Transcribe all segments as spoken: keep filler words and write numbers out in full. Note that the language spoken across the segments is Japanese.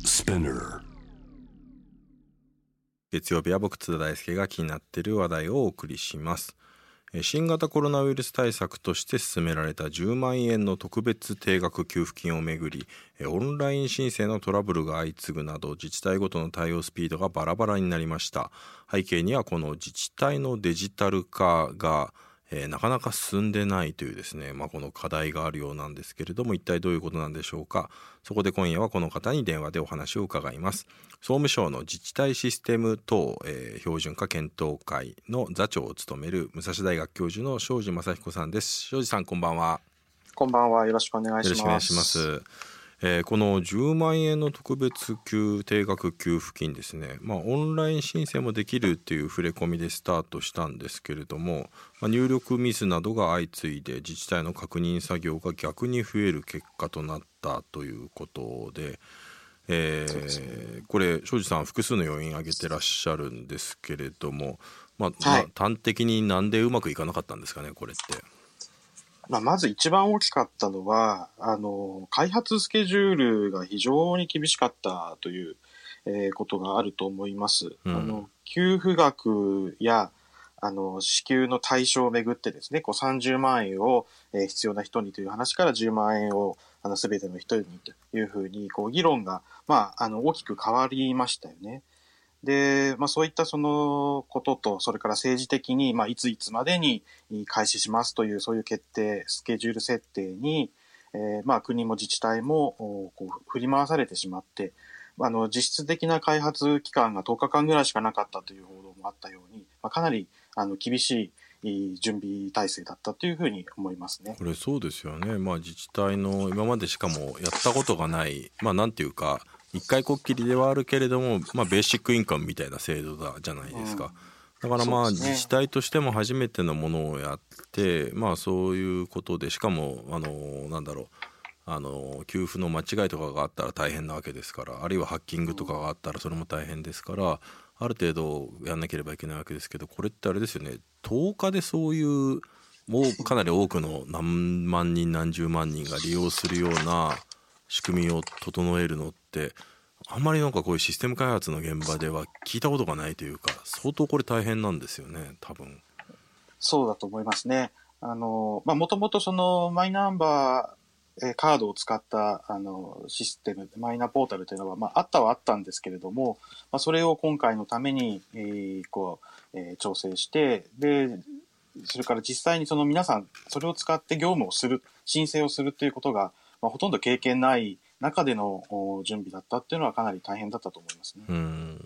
Spinner。 月曜日は僕津田大輔が気になっている話題をお送りします。新型コロナウイルス対策として進められたじゅうまんえんの特別定額給付金をめぐり、オンライン申請のトラブルが相次ぐなど自治体ごとの対応スピードがバラバラになりました。背景にはこの自治体のデジタル化がえー、なかなか進んでないというですね、まあ、この課題があるようなんですけれども、一体どういうことなんでしょうか。そこで今夜はこの方に電話でお話を伺います。総務省の自治体システム等、えー、標準化検討会の座長を務める武蔵大学教授の庄司正彦さんです。庄司さん、こんばんは。 こんばんは。よろしくお願いします。 よろしくお願いします。えー、このじゅうまんえんの特別給定額給付金ですね、まあ、オンライン申請もできるっていう触れ込みでスタートしたんですけれども、まあ、入力ミスなどが相次いで自治体の確認作業が逆に増える結果となったということで、えーね、これ庄司さん複数の要因挙げてらっしゃるんですけれども、まあはい、まあ、端的になんでうまくいかなかったんですかね、これって。 まあ、まず一番大きかったのは、あの、開発スケジュールが非常に厳しかったという、えー、ことがあると思います。うん、あの、給付額や、あの、支給の対象をめぐってですね、こうさんじゅうまんえんを、えー、必要な人にという話からじゅうまんえんを、あの、すべての人にというふうに、こう、議論が、まあ、あの、大きく変わりましたよね。で、まあそういったそのことと、それから政治的に、まあいついつまでに開始しますという、そういう決定、スケジュール設定に、えー、まあ国も自治体もこう振り回されてしまって、あの実質的な開発期間がとおかかんぐらいしかなかったという報道もあったように、まあ、かなりあの厳しい準備体制だったというふうに思いますね。 これそうですよね。まあ自治体の今までしかもやったことがない、まあなんていうか、一回こっきりではあるけれども、まあ、ベーシックインカムみたいな制度だじゃないですか、うん、だからまあ、ね、自治体としても初めてのものをやって、まあそういうことで、しかもあのなんだろうあの給付の間違いとかがあったら大変なわけですから、あるいはハッキングとかがあったらそれも大変ですから、ある程度やんなければいけないわけですけど、これってあれですよね、とおかでそういうもうかなり多くの何万人何十万人が利用するような仕組みを整えるのってあんまりなんかこういうシステム開発の現場では聞いたことがないというか、相当これ大変なんですよね、多分。 そうだと思いますね。あの、まあ、もともとそのマイナンバーカードを使ったあのシステム、マイナポータルというのは、まあ、あったはあったんですけれども、まあ、それを今回のために、えー、こう、えー、調整して、で、それから実際にその皆さんそれを使って業務をする、申請をするということが、まあ、ほとんど経験ない中での準備だったっていうのはかなり大変だったと思いますね。 うん、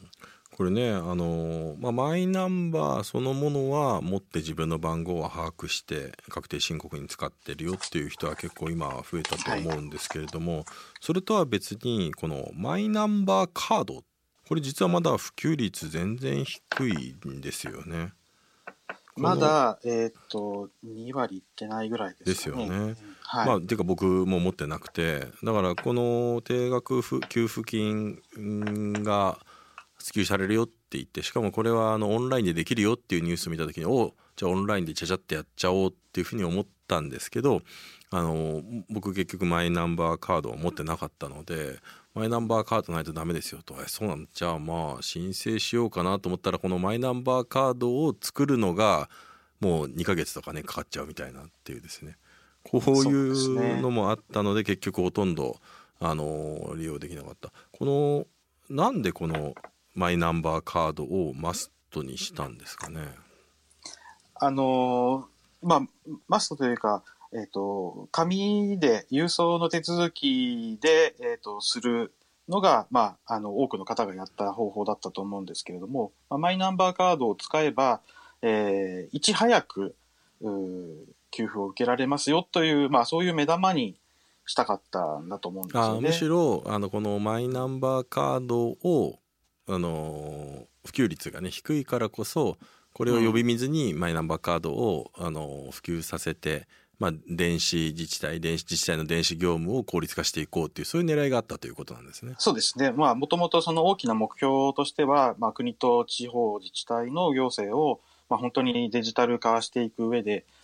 これね、あのまあ、マイナンバーそのものは持って自分の番号は把握して確定申告に使ってるよっていう人は結構今増えたと思うんですけれども、はい、それとは別にこのマイナンバーカード、これ実はまだ普及率全然低いんですよね。 まだ、えー、とにわりいってないぐらいですかね。 ですよね。 はい、 まあてか僕も持ってなくて、だからこの定額給付金が支給されるよって言って、しかもこれはあのオンラインでできるよっていうニュースを見た時に、おじゃあオンラインでちゃちゃってやっちゃおうっていうふうに思ったんですけど、あの僕結局マイナンバーカードを持ってなかったので、マイナンバーカードないとダメですよと。そうなんじゃあまあ申請しようかなと思ったら、このマイナンバーカードを作るのがもうにかげつとかねかかっちゃうみたいなっていうですね、こういうのもあったので結局ほとんどあの利用できなかった。このなんでこのマイナンバーカードをマストにしたんですかね。 あのまあマストというか、えーと、紙で郵送の手続きで、えーと、するのが、まあ、あの多くの方がやった方法だったと思うんですけれども、まあ、マイナンバーカードを使えば、えー、いち早く給付を受けられますよという、まあ、そういう目玉にしたかったんだと思うんですよね。 あむしろあのこのマイナンバーカードをあの普及率がね低いからこそ、これを呼び水にマイナンバーカードを、うん、あの普及させて、まあ、電子自治体電子自治体の電子業務を効率化していこうっていう、そういう狙いがあったということなんですね。 そうですね。まあもともとその大きな目標としては、まあ、国と地方自治体の行政を、まあ、本当にデジタル化していく上で、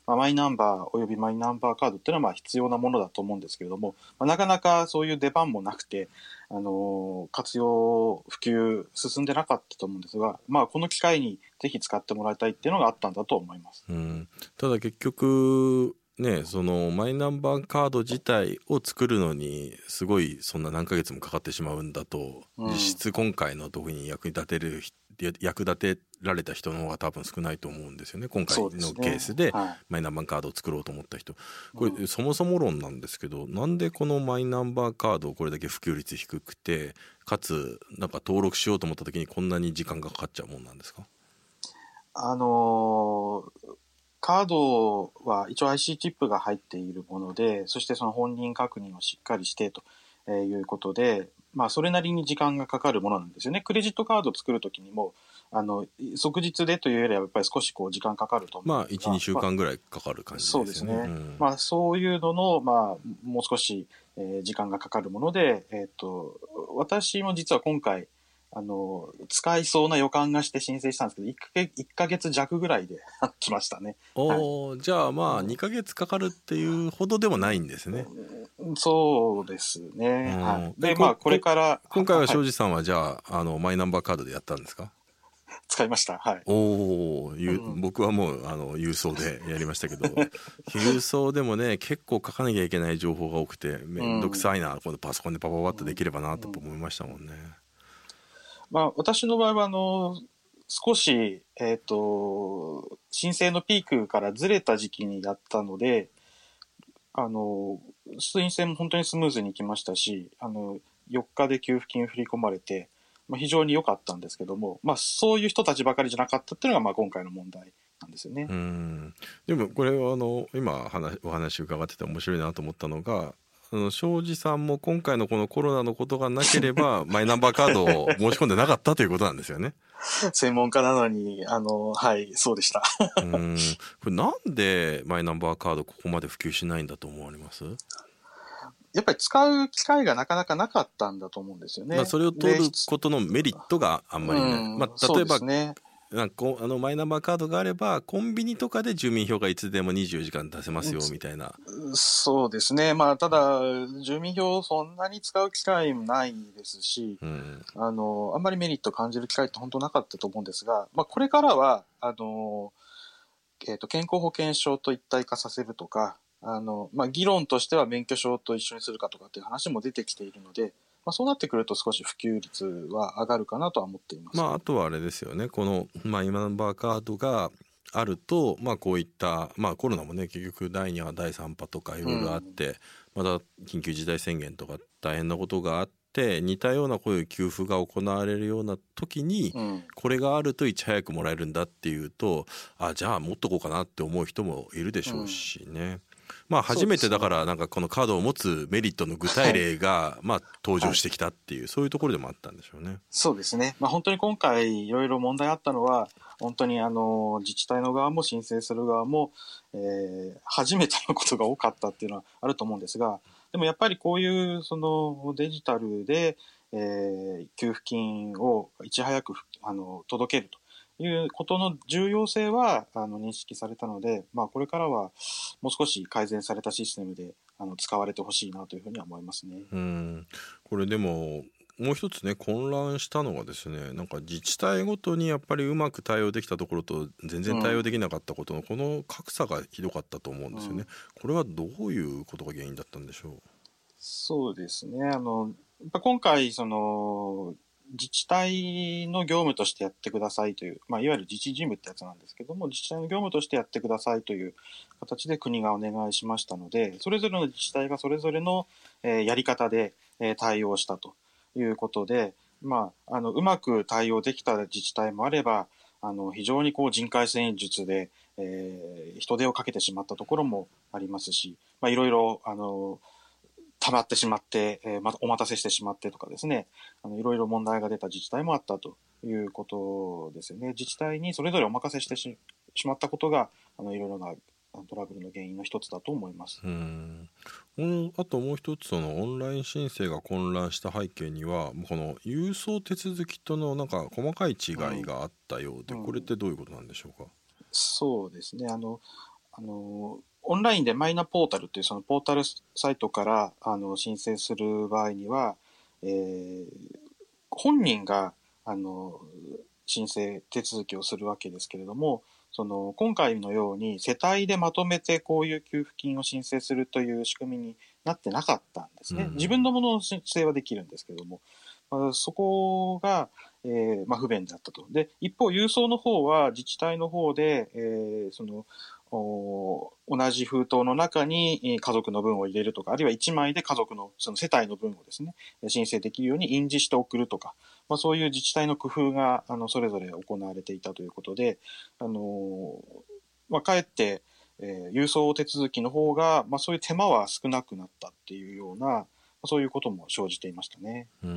まあ、マイナンバーおよびマイナンバーカードっていうのはまあ必要なものだと思うんですけれども、まあ、なかなかそういう出番もなくて、あのー活用普及進んでなかったと思うんですが、まあ、この機会にぜひ使ってもらいたいっていうのがあったんだと思います。 うん、ただ結局ね、そのマイナンバーカード自体を作るのにすごいそんな何ヶ月もかかってしまうんだと、 うん、 実質今回の特に役に立てる役立てられた人の方が多分少ないと思うんですよね、今回のケースでマイナンバーカードを作ろうと思った人、これ、うん、そもそも論なんですけど、なんでこのマイナンバーカードをこれだけ普及率低くて、かつなんか登録しようと思った時にこんなに時間がかかっちゃうもんなんですか？ あのーカードは一応 アイシー チップが入っているもので、そしてその本人確認をしっかりしてということで、まあそれなりに時間がかかるものなんですよね。クレジットカードを作るときにも、あの即日でというよりはやっぱり少しこう時間かかると思うんですが、まあ いち,に 週間ぐらいかかる感じですよね。そうですね。うん、まあそういうのの、まあもう少し、えー、時間がかかるもので、えっと、私も実は今回、あの使いそうな予感がして申請したんですけど、いっかげつ弱ぐらいで来ましたね。 お、はい、じゃあまあにかげつかかるっていうほどでもないんですね。 うん、そうですね。はい、でまあこれから今回は庄司さんはじゃあ、はい、あのマイナンバーカードでやったんですか？ 使いました。はい。 おお、うん、僕はもうあの郵送でやりましたけど郵送でもね結構書かなきゃいけない情報が多くてめんどくさいな、うん、このパソコンでパパパッとできればなと思いましたもんね。うんうん、 まあ、私の場合はあの少し、えーと、申請のピークからずれた時期にやったので、あの申請も本当にスムーズにいきましたし、あのよっかで給付金振り込まれて、まあ、非常に良かったんですけども、まあ、そういう人たちばかりじゃなかったっていうのがまあ今回の問題なんですよね。 うん、でもこれはあの今話お話伺ってて面白いなと思ったのが、あの庄司さんも今回のこのコロナのことがなければマイナンバーカードを申し込んでなかったということなんですよね。 専門家なのにあのはいそうでした。 うん、これなんでマイナンバーカードここまで普及しないんだと思われます？ やっぱり使う機会がなかなかなかったんだと思うんですよね。 まあ、それを通ることのメリットがあんまりない、うん、まあ、例えば、ね、なんかあのマイナンバーカードがあればコンビニとかで住民票がいつでもにじゅうよじかん出せますよみたいな。 そうですね。まあただ住民票そんなに使う機会もないですし、うん、あのあんまりメリット感じる機会って本当なかったと思うんですが、まあ、これからはあの、えーと、健康保険証と一体化させるとか、あのまあ、議論としては免許証と一緒にするかとかっていう話も出てきているので、まあ、そうなってくると少し普及率は上がるかなとは思っています。 まあ、あとはあれですよね、このマイナンバーカードがあると、まあ、こういった、まあ、コロナもね結局だいに波だいさん波とかいろいろあって、うん、また緊急事態宣言とか大変なことがあって似たようなこういう給付が行われるような時に、うん、これがあるといち早くもらえるんだっていうと、あじゃあ持っとこうかなって思う人もいるでしょうしね。うん、まあ、初めてだからなんかこのカードを持つメリットの具体例がまあ登場してきたっていう、はい、そういうところでもあったんでしょうね。 そうですね、まあ、本当に今回いろいろ問題あったのは本当にあの自治体の側も申請する側も、えー、初めてのことが多かったっていうのはあると思うんですが、でもやっぱりこういうそのデジタルで、えー、給付金をいち早くあの届けるということの重要性はあの認識されたので、まあ、これからはもう少し改善されたシステムであの使われてほしいなというふうには思いますね。 うん、これでももう一つね混乱したのがですね、なんか自治体ごとにやっぱりうまく対応できたところと全然対応できなかったことのこの格差がひどかったと思うんですよね。うん、これはどういうことが原因だったんでしょう？ そうですね、あのやっぱ今回その自治体の業務としてやってくださいという、まあ、いわゆる自治事務ってやつなんですけども、自治体の業務としてやってくださいという形で国がお願いしましたので、それぞれの自治体がそれぞれの、えー、やり方で、えー、対応したということで、まあ、あのうまく対応できた自治体もあれば、あの非常にこう人海戦術で、えー、人手をかけてしまったところもありますし、まあ、いろいろあの溜まってしまって、えー、またお待たせしてしまってとかですね、あのいろいろ問題が出た自治体もあったということですよね。自治体にそれぞれお任せしてしまったことがあのいろいろなトラブルの原因の一つだと思います。 うん、あともう一つそのオンライン申請が混乱した背景にはこの郵送手続きとのなんか細かい違いがあったようで、うん、これってどういうことなんでしょうか？ そうですね、あのあのオンラインでマイナポータルというそのポータルサイトからあの申請する場合には、えー、本人があの申請手続きをするわけですけれども、その今回のように世帯でまとめてこういう給付金を申請するという仕組みになってなかったんですね。うん、自分のものの申請はできるんですけども、まあ、そこが、えーまあ、不便だったと。で、一方郵送の方は自治体の方で、えー、その同じ封筒の中に家族の分を入れるとか、あるいはいちまいで家族のその世帯の分をですね申請できるように印字して送るとか、まあ、そういう自治体の工夫があのそれぞれ行われていたということで、あのまあ、かえって、えー、郵送手続きの方が、まあ、そういう手間は少なくなったっていうような、そういうことも生じていましたね。 うん、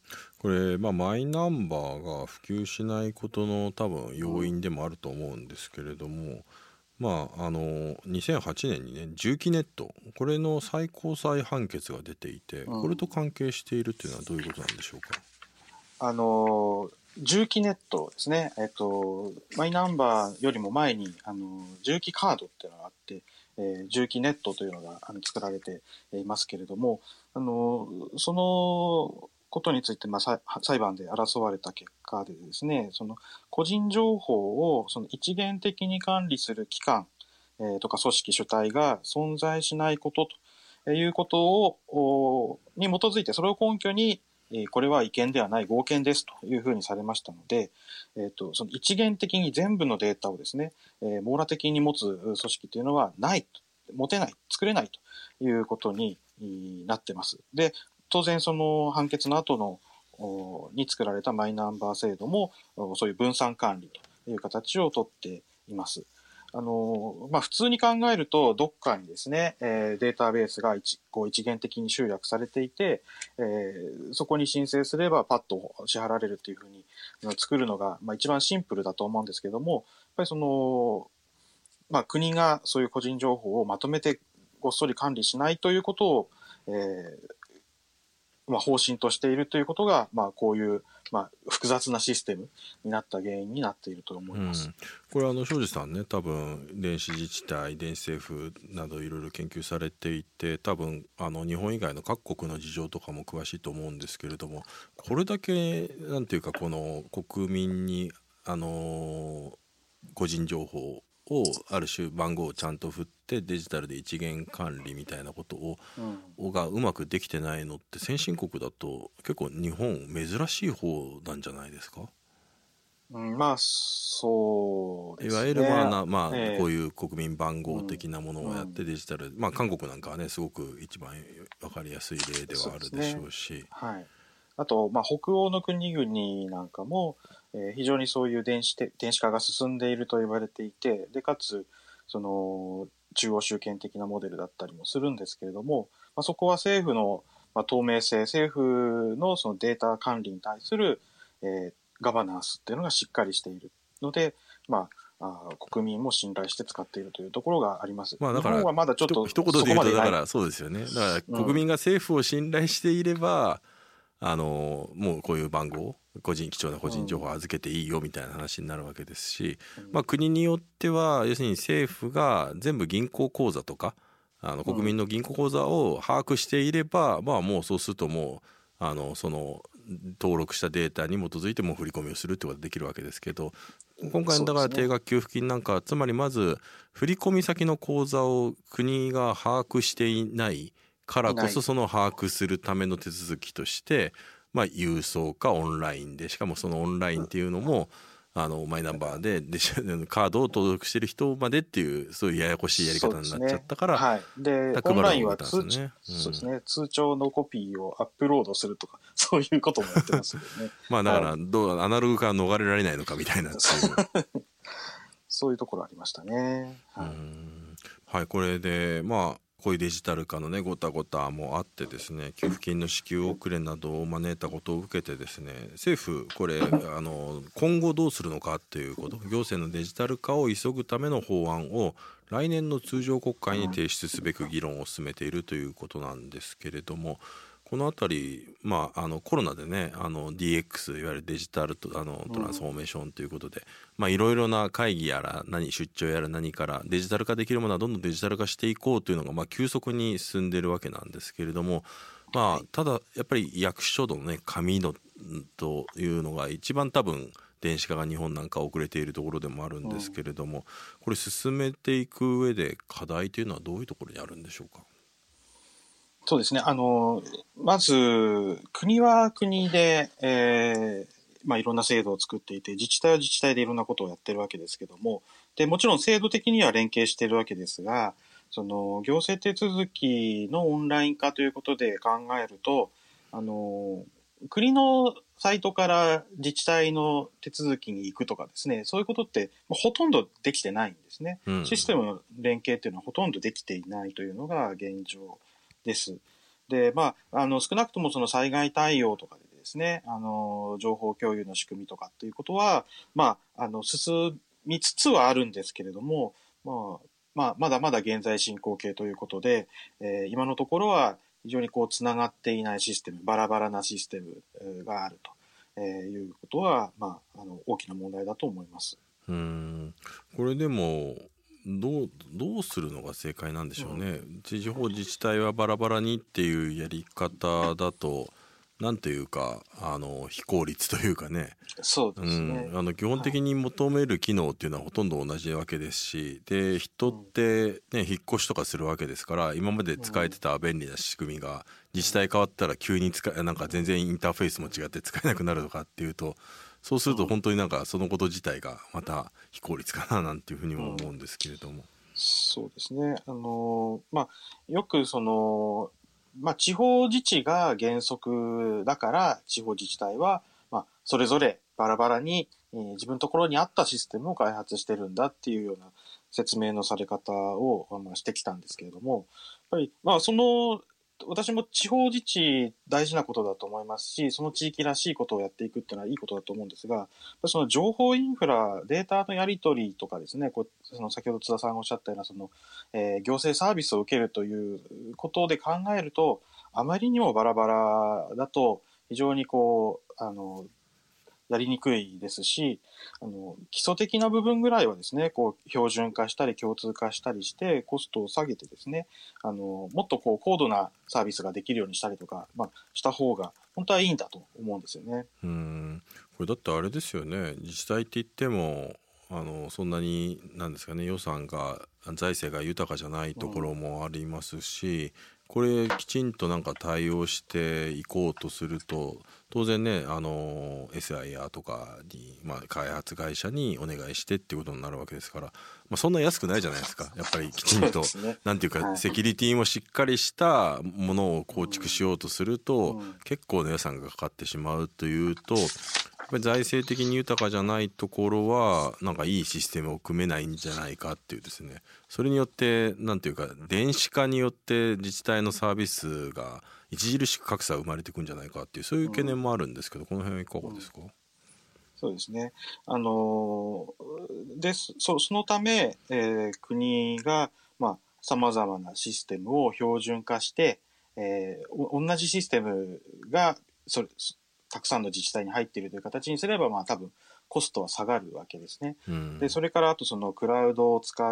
これ、まあ、マイナンバーが普及しないことの多分要因でもあると思うんですけれども、うん、まあ、あのにせんはちねんにね住基ネットこれの最高裁判決が出ていて、これと関係しているというのはどういうことなんでしょうか。 あの住基ネットですね、えっと、マイナンバーよりも前にあの住基カードっていうのがあって、えー、住基ネットというのがあの作られていますけれども、あのそのことについて、まあ、裁判で争われた結果でですね、その個人情報をその一元的に管理する機関、えー、とか組織主体が存在しないことということをに基づいて、それを根拠にこれは違憲ではない合憲ですというふうにされましたので、えー、とその一元的に全部のデータをですね、えー、網羅的に持つ組織というのはない、持てない、作れないということになってます。で、当然その判決の後のに作られたマイナンバー制度もそういう分散管理という形をとっています。あのまあ、普通に考えるとどっかにですね、えー、データベースが 一, こう一元的に集約されていて、えー、そこに申請すればパッと支払われるっていうふうに作るのが、まあ、一番シンプルだと思うんですけども、やっぱりその、まあ、国がそういう個人情報をまとめてごっそり管理しないということを、えーまあ、方針としているということが、まあ、こういう、まあ、複雑なシステムになった原因になっていると思います。 うん、これあの庄司さんね、多分電子自治体、電子政府などいろいろ研究されていて、多分あの日本以外の各国の事情とかも詳しいと思うんですけれども、これだけなんていうかこの国民にあの個人情報をある種番号をちゃんと振ってデジタルで一元管理みたいなことを、うん、がうまくできてないのって先進国だと結構日本珍しい方なんじゃないですか。 うん、まあそうですね。 いわゆるまあな、まあえー、こういう国民番号的なものをやってデジタル、うん、まあ韓国なんかはねすごく一番分かりやすい例ではあるでしょうし、うね、 はい、あと、まあ、北欧の国々なんかも、えー、非常にそういう電子て電子化が進んでいると言われていて、でかつその中央集権的なモデルだったりもするんですけれども、まあ、そこは政府の、まあ、透明性、政府のそのデータ管理に対する、えー、ガバナンスっていうのがしっかりしているので、まあ、あ国民も信頼して使っているというところがあります。 まあ、だから日本はまだちょっと一言で言うとだからそうですよね。だから国民が政府を信頼していれば、うん、あのもうこういう番号、個人貴重な個人情報を預けていいよみたいな話になるわけですし、うん、まあ、国によっては要するに政府が全部銀行口座とかあの国民の銀行口座を把握していれば、うん、まあもうそうするともうあのその登録したデータに基づいても振り込みをするってことができるわけですけど、今回のだから定額給付金なんか、つまりまず振り込み先の口座を国が把握していないからこそ、その把握するための手続きとして、まあ、郵送かオンラインで、しかもそのオンラインっていうのもあのマイナンバーででカードを登録してる人までっていう、そういうややこしいやり方になっちゃったから、 はい、でオンラインは通知、うんそうですね、通帳のコピーをアップロードするとかそういうこともやってますよね。 まあだからどう、はい、アナログから逃れられないのかみたいなそういうところありましたね。 はい、うんはい、これでまあこういうデジタル化のねごたごたもあってですね、給付金の支給遅れなどを招いたことを受けてですね、政府これあの今後どうするのかっていうこと、行政のデジタル化を急ぐための法案を来年の通常国会に提出すべく議論を進めているということなんですけれども、 このあたり、まあ、あのコロナでねあの ディーエックス いわゆるデジタルとあのトランスフォーメーションということで、まあいろいろな会議やら何出張やら何からデジタル化できるものはどんどんデジタル化していこうというのが、まあ、急速に進んでいるわけなんですけれども、まあ、 はい、 ただやっぱり役所のね紙のというのが一番多分電子化が日本なんか遅れているところでもあるんですけれども、これ進めていく上で課題というのはどういうところにあるんでしょうか。 そうですね。あの、まず、国は国で、えー、まあ、いろんな制度を作っていて、自治体は自治体でいろんなことをやってるわけですけども、で、もちろん制度的には連携しているわけですが、その、行政手続きのオンライン化ということで考えると、あの、国のサイトから自治体の手続きに行くとかですね、そういうことってほとんどできてないんですね。 うん、 システムの連携っていうのはほとんどできていないというのが現状です。で、まあ、あの、少なくともその災害対応とかでですね、あの、情報共有の仕組みとかっていうことは、まあ、あの、進みつつはあるんですけれども、まあ、まあ、まだまだ現在進行形ということで、えー、今のところは非常にこう、つながっていないシステム、バラバラなシステムがあると、えー、いうことは、まあ、あの、大きな問題だと思います。 うーん、これでもどう、どうするのが正解なんでしょうね、うん、地方自治体はバラバラにっていうやり方だとなんていうかあの非効率というかね、 そうですね、 うん、あの基本的に求める機能っていうのはほとんど同じわけですし、で人ってね引っ越しとかするわけですから、今まで使えてた便利な仕組みが自治体変わったら急に使えなんか全然インターフェースも違って使えなくなるとかっていうと、そうすると本当になんかそのこと自体がまた非効率かななんていうふうにも思うんですけれども、うん、 そうですね。あのまあよくそのまあ地方自治が原則だから地方自治体はまあそれぞれバラバラに、えー、自分のところに合ったシステムを開発してるんだっていうような説明のされ方を、まあ、してきたんですけれども、やっぱりまあその私も地方自治大事なことだと思いますし、その地域らしいことをやっていくっていうのはいいことだと思うんですが、その情報インフラ、データのやり取りとかですね、こうその先ほど津田さんがおっしゃったようなその、えー、行政サービスを受けるということで考えると、あまりにもバラバラだと非常にこう、あの、やりにくいですし、あの基礎的な部分ぐらいはですね、こう標準化したり共通化したりしてコストを下げてですね、あのもっとこう高度なサービスができるようにしたりとか、まあ、した方が本当はいいんだと思うんですよね。 うん、これだってあれですよね、自治体って言ってもあのそんなになんですかね、予算が財政が豊かじゃないところもありますし、うん、これきちんとなんか対応していこうとすると当然ね、あの エスアイアール とかに、まあ、開発会社にお願いしてっていうことになるわけですから、まあ、そんな安くないじゃないですか。やっぱりきちんと、ね、なんていうか、はい、セキュリティもしっかりしたものを構築しようとすると、うん、結構な予算がかかってしまうというと、やっぱり財政的に豊かじゃないところはなんかいいシステムを組めないんじゃないかっていうですね、それによってなんていうか電子化によって自治体のサービスが著しく格差が生まれていくんじゃないかっていう、そういう懸念もあるんですけど、うん、この辺はいかがですか？うん、 そうですね。あので そ, そのため、えー、国がまあ様々なシステムを標準化して、えー、同じシステムがそれたくさんの自治体に入っているという形にすれば、まあ多分コストは下がるわけですね。うん、で、それからあとそのクラウドを使って、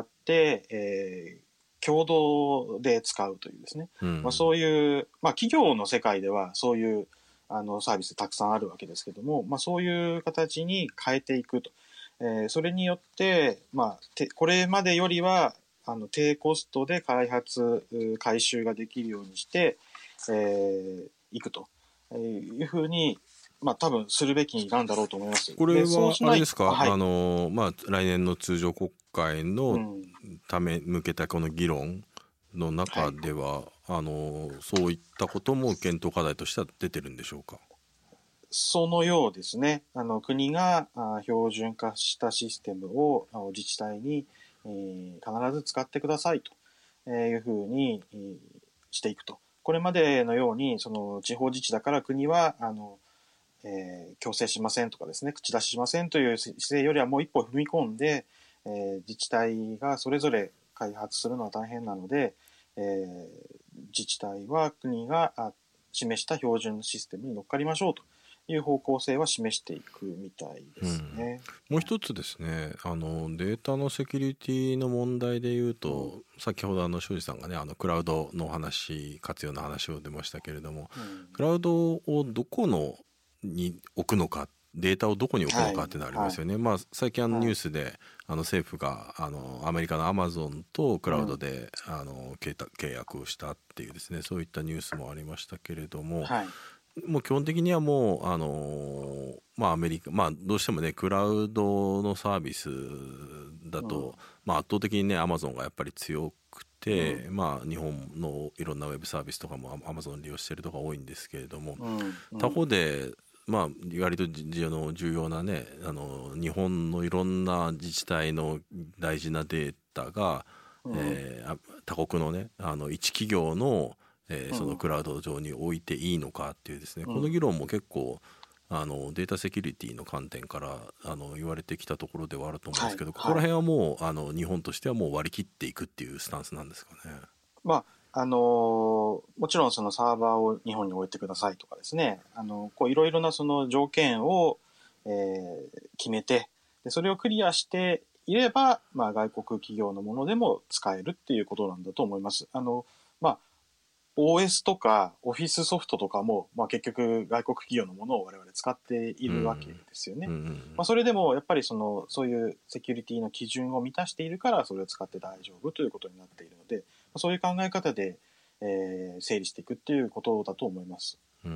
えー、共同で使うというですね。うん、まあそういう、まあ企業の世界ではそういうあのサービスたくさんあるわけですけども、まあそういう形に変えていくと。えー、それによって、まあ、てこれまでよりはあの低コストで開発、回収ができるようにして、えー、いくというふうに、まあ多分するべきなんだろうと思います。 これはあれですか、はい、あのまあ来年の通常国会のため向けたこの議論の中では、はい、あのそういったことも検討課題としては出てるんでしょうか？ そのようですね。あの国があ標準化したシステムをあの自治体に、えー、必ず使ってくださいというふうに、えー、していくと。これまでのようにその地方自治だから国はあのえー、強制しませんとかですね、口出ししませんという姿勢よりはもう一歩踏み込んで、えー、自治体がそれぞれ開発するのは大変なので、えー、自治体は国が示した標準システムに乗っかりましょうという方向性は示していくみたいですね。 うん、もう一つですね、あのデータのセキュリティの問題でいうと、うん、先ほどあの庄司さんがねあのクラウドの話活用の話を出ましたけれども、うん、クラウドをどこのに置くのか、データをどこに置くのかっていうのがありますよね。はいはい、まあ、最近あのニュースで、はい、あの政府があのアメリカのアマゾンとクラウドで、うん、あの契約をしたっていうですね、そういったニュースもありましたけれども、はい、もう基本的にはもうあのー、まあアメリカ、まあどうしてもねクラウドのサービスだと、うん、まあ圧倒的にねアマゾンがやっぱり強くて、うん、まあ日本のいろんなウェブサービスとかもアマゾン利用してるとか多いんですけれども、うんうん、他方でまあ割と重要なねあの日本のいろんな自治体の大事なデータが、うん、えー、他国のねあの一企業のえー、そのクラウド上に置いていいのかっていうですね、うん、この議論も結構あのデータセキュリティの観点からあの言われてきたところではあると思うんですけど、はい、ここら辺はもうあの日本としてはもう割り切っていくっていうスタンスなんですかね。 まああのー、もちろんそのサーバーを日本に置いてくださいとかですね、あのこういろいろなその条件を、えー、決めて、でそれをクリアしていれば、まあ、外国企業のものでも使えるっていうことなんだと思います。あのまあオーエス とかオフィスソフトとかも、まあ、結局外国企業のものを我々使っているわけですよね。うんうんうん、まあ、それでもやっぱりそのそういうセキュリティの基準を満たしているからそれを使って大丈夫ということになっているので、そういう考え方で、えー、整理していくっていうことだと思います。 うん、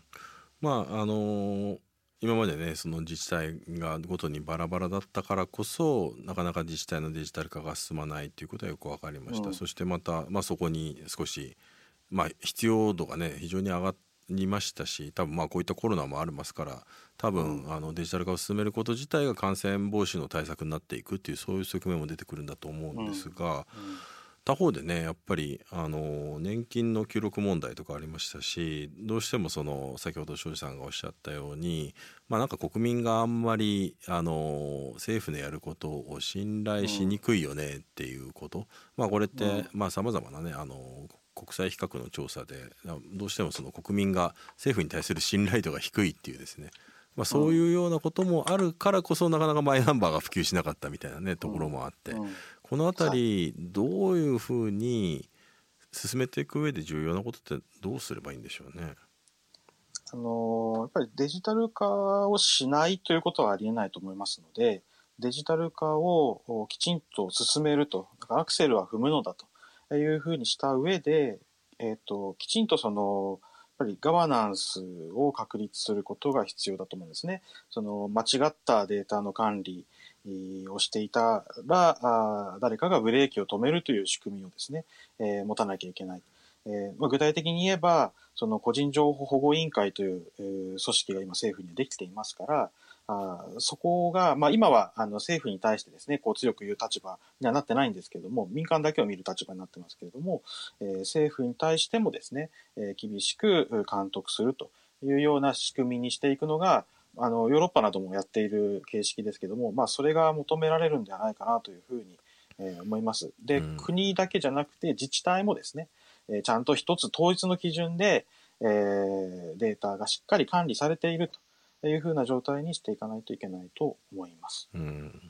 まああのー今までねその自治体がごとにバラバラだったからこそなかなか自治体のデジタル化が進まないということはよく分かりました。うん、そしてまた、まあ、そこに少しまあ、必要度がね非常に上がりましたし、多分まあこういったコロナもありますから多分、うん、あのデジタル化を進めること自体が感染防止の対策になっていくっていうそういう側面も出てくるんだと思うんですが、うんうん、他方でねやっぱりあの年金の記録問題とかありましたし、どうしてもその先ほど庄司さんがおっしゃったように、まあ、なんか国民があんまりあの政府のやることを信頼しにくいよねっていうこと、うん、まあこれってさまざ、まなねあの国際比較の調査でどうしてもその国民が政府に対する信頼度が低いっていうですね、まあ、そういうようなこともあるからこそなかなかマイナンバーが普及しなかったみたいなねところもあって、このあたりどういうふうに進めていく上で重要なことってどうすればいいんでしょうね。 あのやっぱりデジタル化をしないということはありえないと思いますので、デジタル化をきちんと進めると、だからアクセルは踏むのだというふうにした上で、えーと、きちんとそのやっぱりガバナンスを確立することが必要だと思うんですね。その間違ったデータの管理をしていたらあ誰かがブレーキを止めるという仕組みをですね、えー、持たなきゃいけない。えーまあ、具体的に言えばその個人情報保護委員会という、えー、組織が今政府にはできていますから、あそこが、まあ、今はあの政府に対してですねこう強く言う立場にはなってないんですけれども、民間だけを見る立場になってますけれども、えー、政府に対してもですね、えー、厳しく監督するというような仕組みにしていくのがあのヨーロッパなどもやっている形式ですけども、まあ、それが求められるんではないかなというふうに、えー、思います。で、うん、国だけじゃなくて自治体もですね、えー、ちゃんと一つ統一の基準で、えー、データがしっかり管理されているというふうな状態にしていかないといけないと思います。 うん、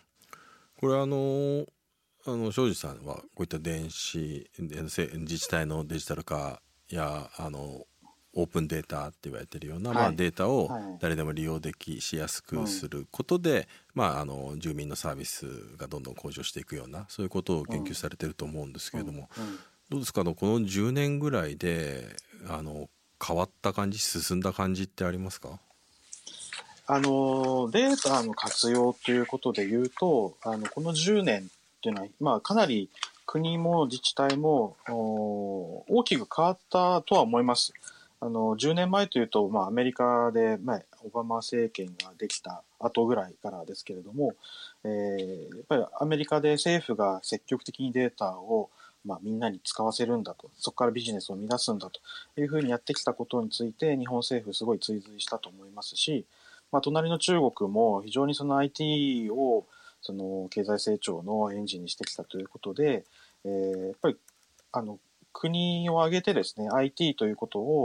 これあのあの庄司さんはこういった電子自治体のデジタル化やあのオープンデータって言われているような、はい、まあ、データを誰でも利用できしやすくすることで、はい、まあ、あの住民のサービスがどんどん向上していくようなそういうことを研究されていると思うんですけれども、うんうんうん、どうですか、あのこのじゅうねんぐらいであの変わった感じ進んだ感じってありますか？ あのデータの活用ということでいうとあのこのじゅうねんっていうのは、まあ、かなり国も自治体も大きく変わったとは思います。あのじゅうねんまえというと、まあ、アメリカで、まあ、オバマ政権ができた後ぐらいからですけれども、えー、やっぱりアメリカで政府が積極的にデータを、まあ、みんなに使わせるんだと、そこからビジネスを生み出すんだというふうにやってきたことについて日本政府すごい追随したと思いますし、まあ、隣の中国も非常にその アイティー をその経済成長のエンジンにしてきたということで、えー、やっぱりあの国を挙げてですね アイティー ということを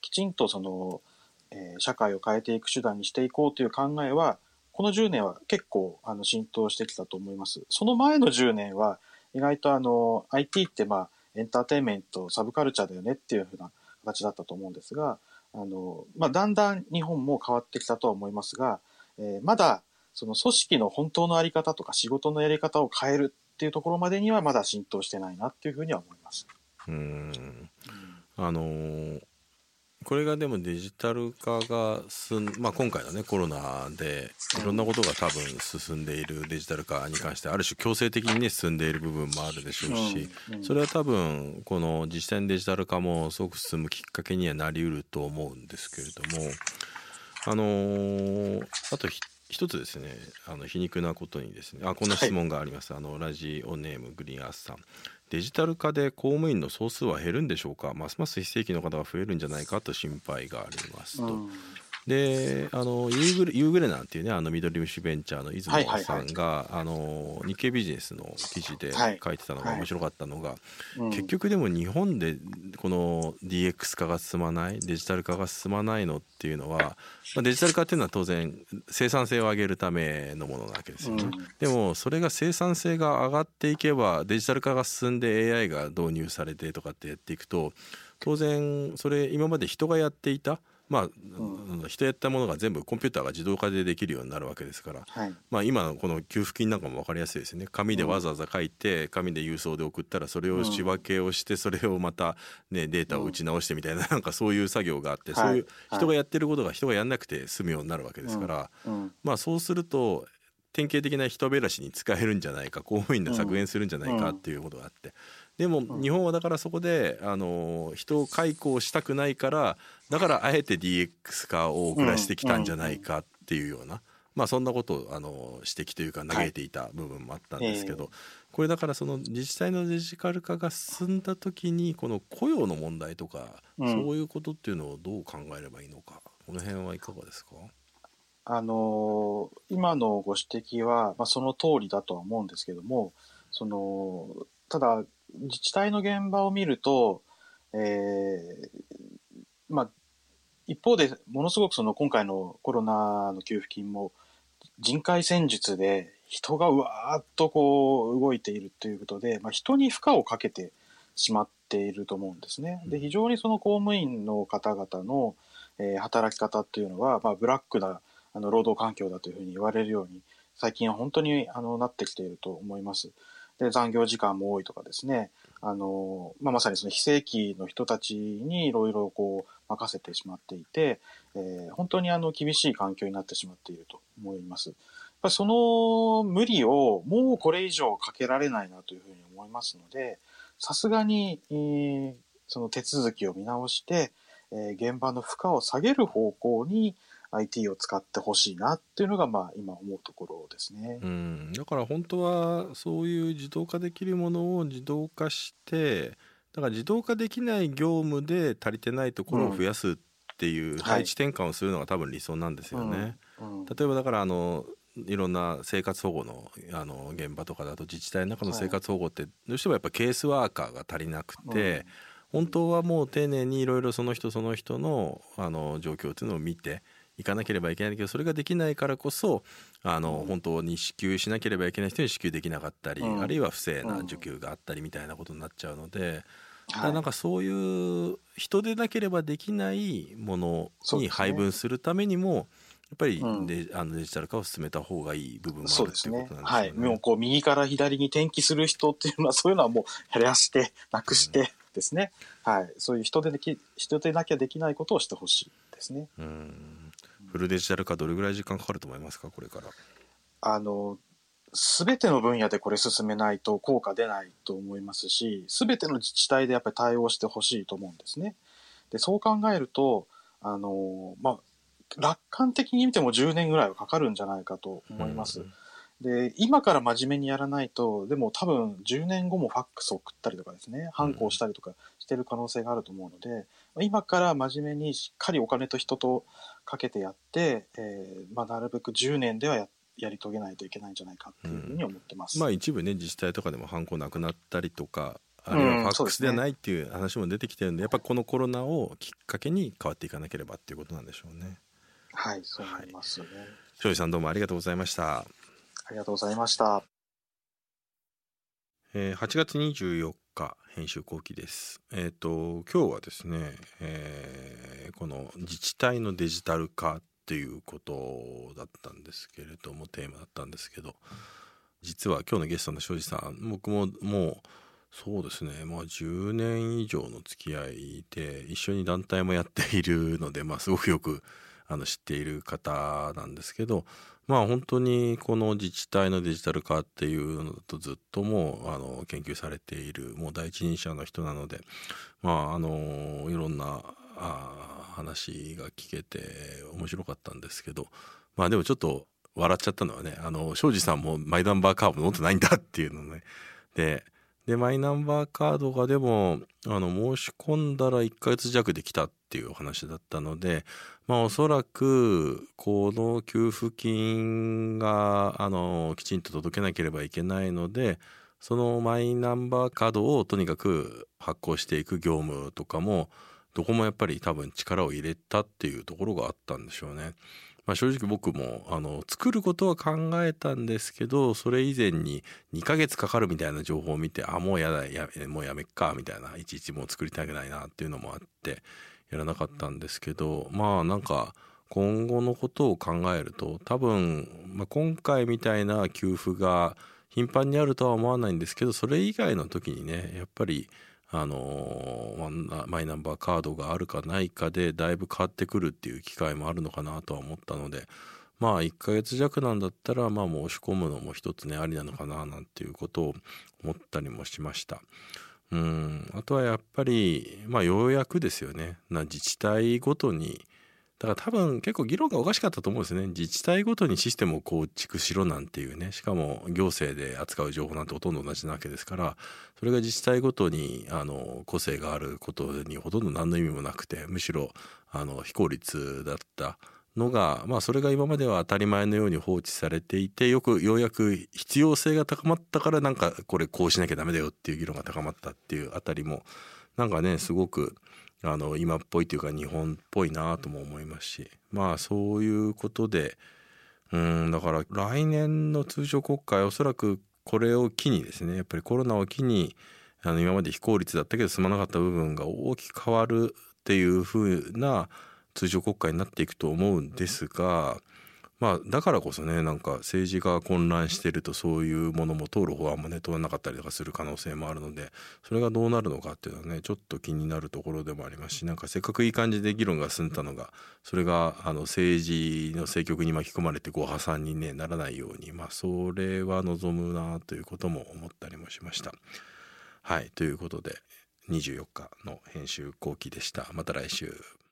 きちんとその、えー、社会を変えていく手段にしていこうという考えはこのじゅうねんは結構あの浸透してきたと思います。その前のじゅうねんは意外とあの アイティー ってまあエンターテインメントサブカルチャーだよねっていうふうな形だったと思うんですが、あの、まあ、だんだん日本も変わってきたとは思いますが、えー、まだその組織の本当のあり方とか仕事のやり方を変えるっていうところまでにはまだ浸透してないなっていうふうには思います。 うーんあのーこれがでもデジタル化が進ん、まあ、今回のねコロナでいろんなことが多分進んでいるデジタル化に関してある種強制的にね進んでいる部分もあるでしょうし、それは多分この実際にデジタル化もすごく進むきっかけにはなりうると思うんですけれども、あのー、あと一つですね、あの皮肉なことにですね、あこんな質問があります、はい、あのラジオネームグリーンアースさん、デジタル化で公務員の総数は減るんでしょうか、ますます非正規の方が増えるんじゃないかと心配がありますと、うん、であのユーグレ、ユーグレナーっていうねあの緑虫ベンチャーの出雲さんが、はいはいはい、あの日経ビジネスの記事で書いてたのが面白かったのが、はいはい、結局でも日本でこの ディーエックス 化が進まないデジタル化が進まないのっていうのは、まあ、デジタル化っていうのは当然生産性を上げるためのものなわけですよね、うん、でもそれが生産性が上がっていけばデジタル化が進んで エーアイ が導入されてとかってやっていくと当然それ今まで人がやっていたまあ、うん、人やったものが全部コンピューターが自動化でできるようになるわけですから、はい、まあ、今のこの給付金なんかも分かりやすいですね。紙でわざわざ書いて紙で郵送で送ったらそれを仕分けをしてそれをまた、ね、データを打ち直してみたいな、なんかそういう作業があって、そういう人がやってることが人がやんなくて済むようになるわけですから、まあ、そうすると典型的な人減らしに使えるんじゃないか、公務員が削減するんじゃないかっていうことがあって、でも日本はだからそこであの人を解雇したくないからだからあえて ディーエックス 化を遅らしてきたんじゃないかっていうような、まあそんなことをあの指摘というか嘆いていた部分もあったんですけど、これだからその自治体のデジタル化が進んだ時にこの雇用の問題とかそういうことっていうのをどう考えればいいのか、この辺はいかがですか？ あの今のご指摘は、まあ、その通りだとは思うんですけども、そのただ自治体の現場を見ると、えーまあ、一方でものすごくその今回のコロナの給付金も人海戦術で人がうわーっとこう動いているということで、まあ、人に負荷をかけてしまっていると思うんですね。で、非常にその公務員の方々の、えー、働き方っていうのは、まあ、ブラックなあの労働環境だというふうに言われるように最近は本当にあのなってきていると思います。で、残業時間も多いとかですね、あの、まあ、まさにその非正規の人たちにいろいろこう任せてしまっていて、えー、本当にあの厳しい環境になってしまっていると思います。やっぱりその無理をもうこれ以上かけられないなというふうに思いますので、さすがに、えー、その手続きを見直して、えー、現場の負荷を下げる方向にアイティー を使ってほしいなっていうのがまあ今思うところですね。 うん、だから本当はそういう自動化できるものを自動化してだから自動化できない業務で足りてないところを増やすっていう配置転換をするのが多分理想なんですよね、はいうんうん、例えばだからあのいろんな生活保護の、あの現場とかだと自治体の中の生活保護ってどうしてもやっぱケースワーカーが足りなくて、はい本当はもう丁寧にいろいろその人その人の、あの状況っていうのを見ていかなければいけないけどそれができないからこそあの、うん、本当に支給しなければいけない人に支給できなかったり、うん、あるいは不正な受給があったりみたいなことになっちゃうので、うん、だからなんかそういう人でなければできないものに配分するためにも、やっぱりデ、うん、あのデジタル化を進めた方がいい部分もあるっていうことなんですよね。 はい、もうこう右から左に転記する人っていうのはそういうのはもう減らしてなくしてですね、うん、はい、そういう人ででき人でなきゃできないことをしてほしいですね。 うんフルデジタル化どれぐらい時間かかると思いますかこれから？ あの全ての分野でこれ進めないと効果出ないと思いますし、全ての自治体でやっぱり対応してほしいと思うんですね。でそう考えるとあのまあ楽観的に見てもじゅうねんぐらいはかかるんじゃないかと思います。うんで今から真面目にやらないとでも多分じゅうねんごもファックスを送ったりとかですねハンコをしたりとかしてる可能性があると思うので、うん、今から真面目にしっかりお金と人とかけてやって、えーまあ、なるべくじゅうねんでは や, やり遂げないといけないんじゃないかっていうふうに思ってます、 うんまあ、一部ね自治体とかでもハンコなくなったりとかあるいはファックスではないっていう話も出てきてるんで、やっぱこのコロナをきっかけに変わっていかなければっていうことなんでしょうね。 はい、そう思いますね。 庄司さんどうもありがとうございました。 ありがとうございました。 えー、はちがつにじゅうよっか編集後期です。えっと今日はですね、えー、この自治体のデジタル化っていうことだったんですけれども、テーマだったんですけど、実は今日のゲストの庄司さん、僕ももうそうですね、まあじゅうねん以上の付き合いで一緒に団体もやっているので、まあすごくよくあの知っている方なんですけど、まあ本当にこの自治体のデジタル化っていうのとずっともうあの研究されているもう第一人者の人なので、まああのいろんなあ話が聞けて面白かったんですけど、まあでもちょっと笑っちゃったのはね、あの庄司さんもマイナンバーカード持ってないんだっていうのね。ででマイナンバーカードがでもあの申し込んだらいっかげつ弱できたっていうお話だったので、まあおそらくこの給付金があのきちんと届けなければいけないので、そのマイナンバーカードをとにかく発行していく業務とかもどこもやっぱり多分力を入れたっていうところがあったんでしょうね。まあ、正直僕もあの作ることは考えたんですけど、それ以前ににかげつかかるみたいな情報を見て、あもうやだやもうやめっかみたいな、いちいちもう作りたくないなっていうのもあってやらなかったんですけど、まあなんか今後のことを考えると多分、まあ、今回みたいな給付が頻繁にあるとは思わないんですけど、それ以外の時にねやっぱりあのマイナンバーカードがあるかないかでだいぶ変わってくるっていう機会もあるのかなとは思ったので、まあいっかげつ弱なんだったらまあ申し込むのも一つねありなのかななんていうことを思ったりもしました。うんあとはやっぱりまあようやくですよね、な自治体ごとにだから多分結構議論がおかしかったと思うんですね。自治体ごとにシステムを構築しろなんていうね、しかも行政で扱う情報なんてほとんど同じなわけですから、それが自治体ごとにあの個性があることにほとんど何の意味もなくて、むしろあの非効率だったのが、まあそれが今までは当たり前のように放置されていて、よくようやく必要性が高まったからなんかこれこうしなきゃダメだよっていう議論が高まったっていうあたりもなんかねすごくあの今っぽいというか日本っぽいなとも思いますし、まあそういうことでうんだから来年の通常国会おそらくこれを機にですね、やっぱりコロナを機にあの今まで非効率だったけど進まなかった部分が大きく変わるっていう風な通常国会になっていくと思うんですが、まあだからこそねなんか政治が混乱してるとそういうものも通る法案もね通らなかったりとかする可能性もあるので、それがどうなるのかっていうのはねちょっと気になるところでもありますし、なんかせっかくいい感じで議論が進んだのがそれがあの政治の政局に巻き込まれてご破産に、ね、ならないように、まあそれは望むなということも思ったりもしました。はい、ということでにじゅうよっかの編集後期でした。また来週。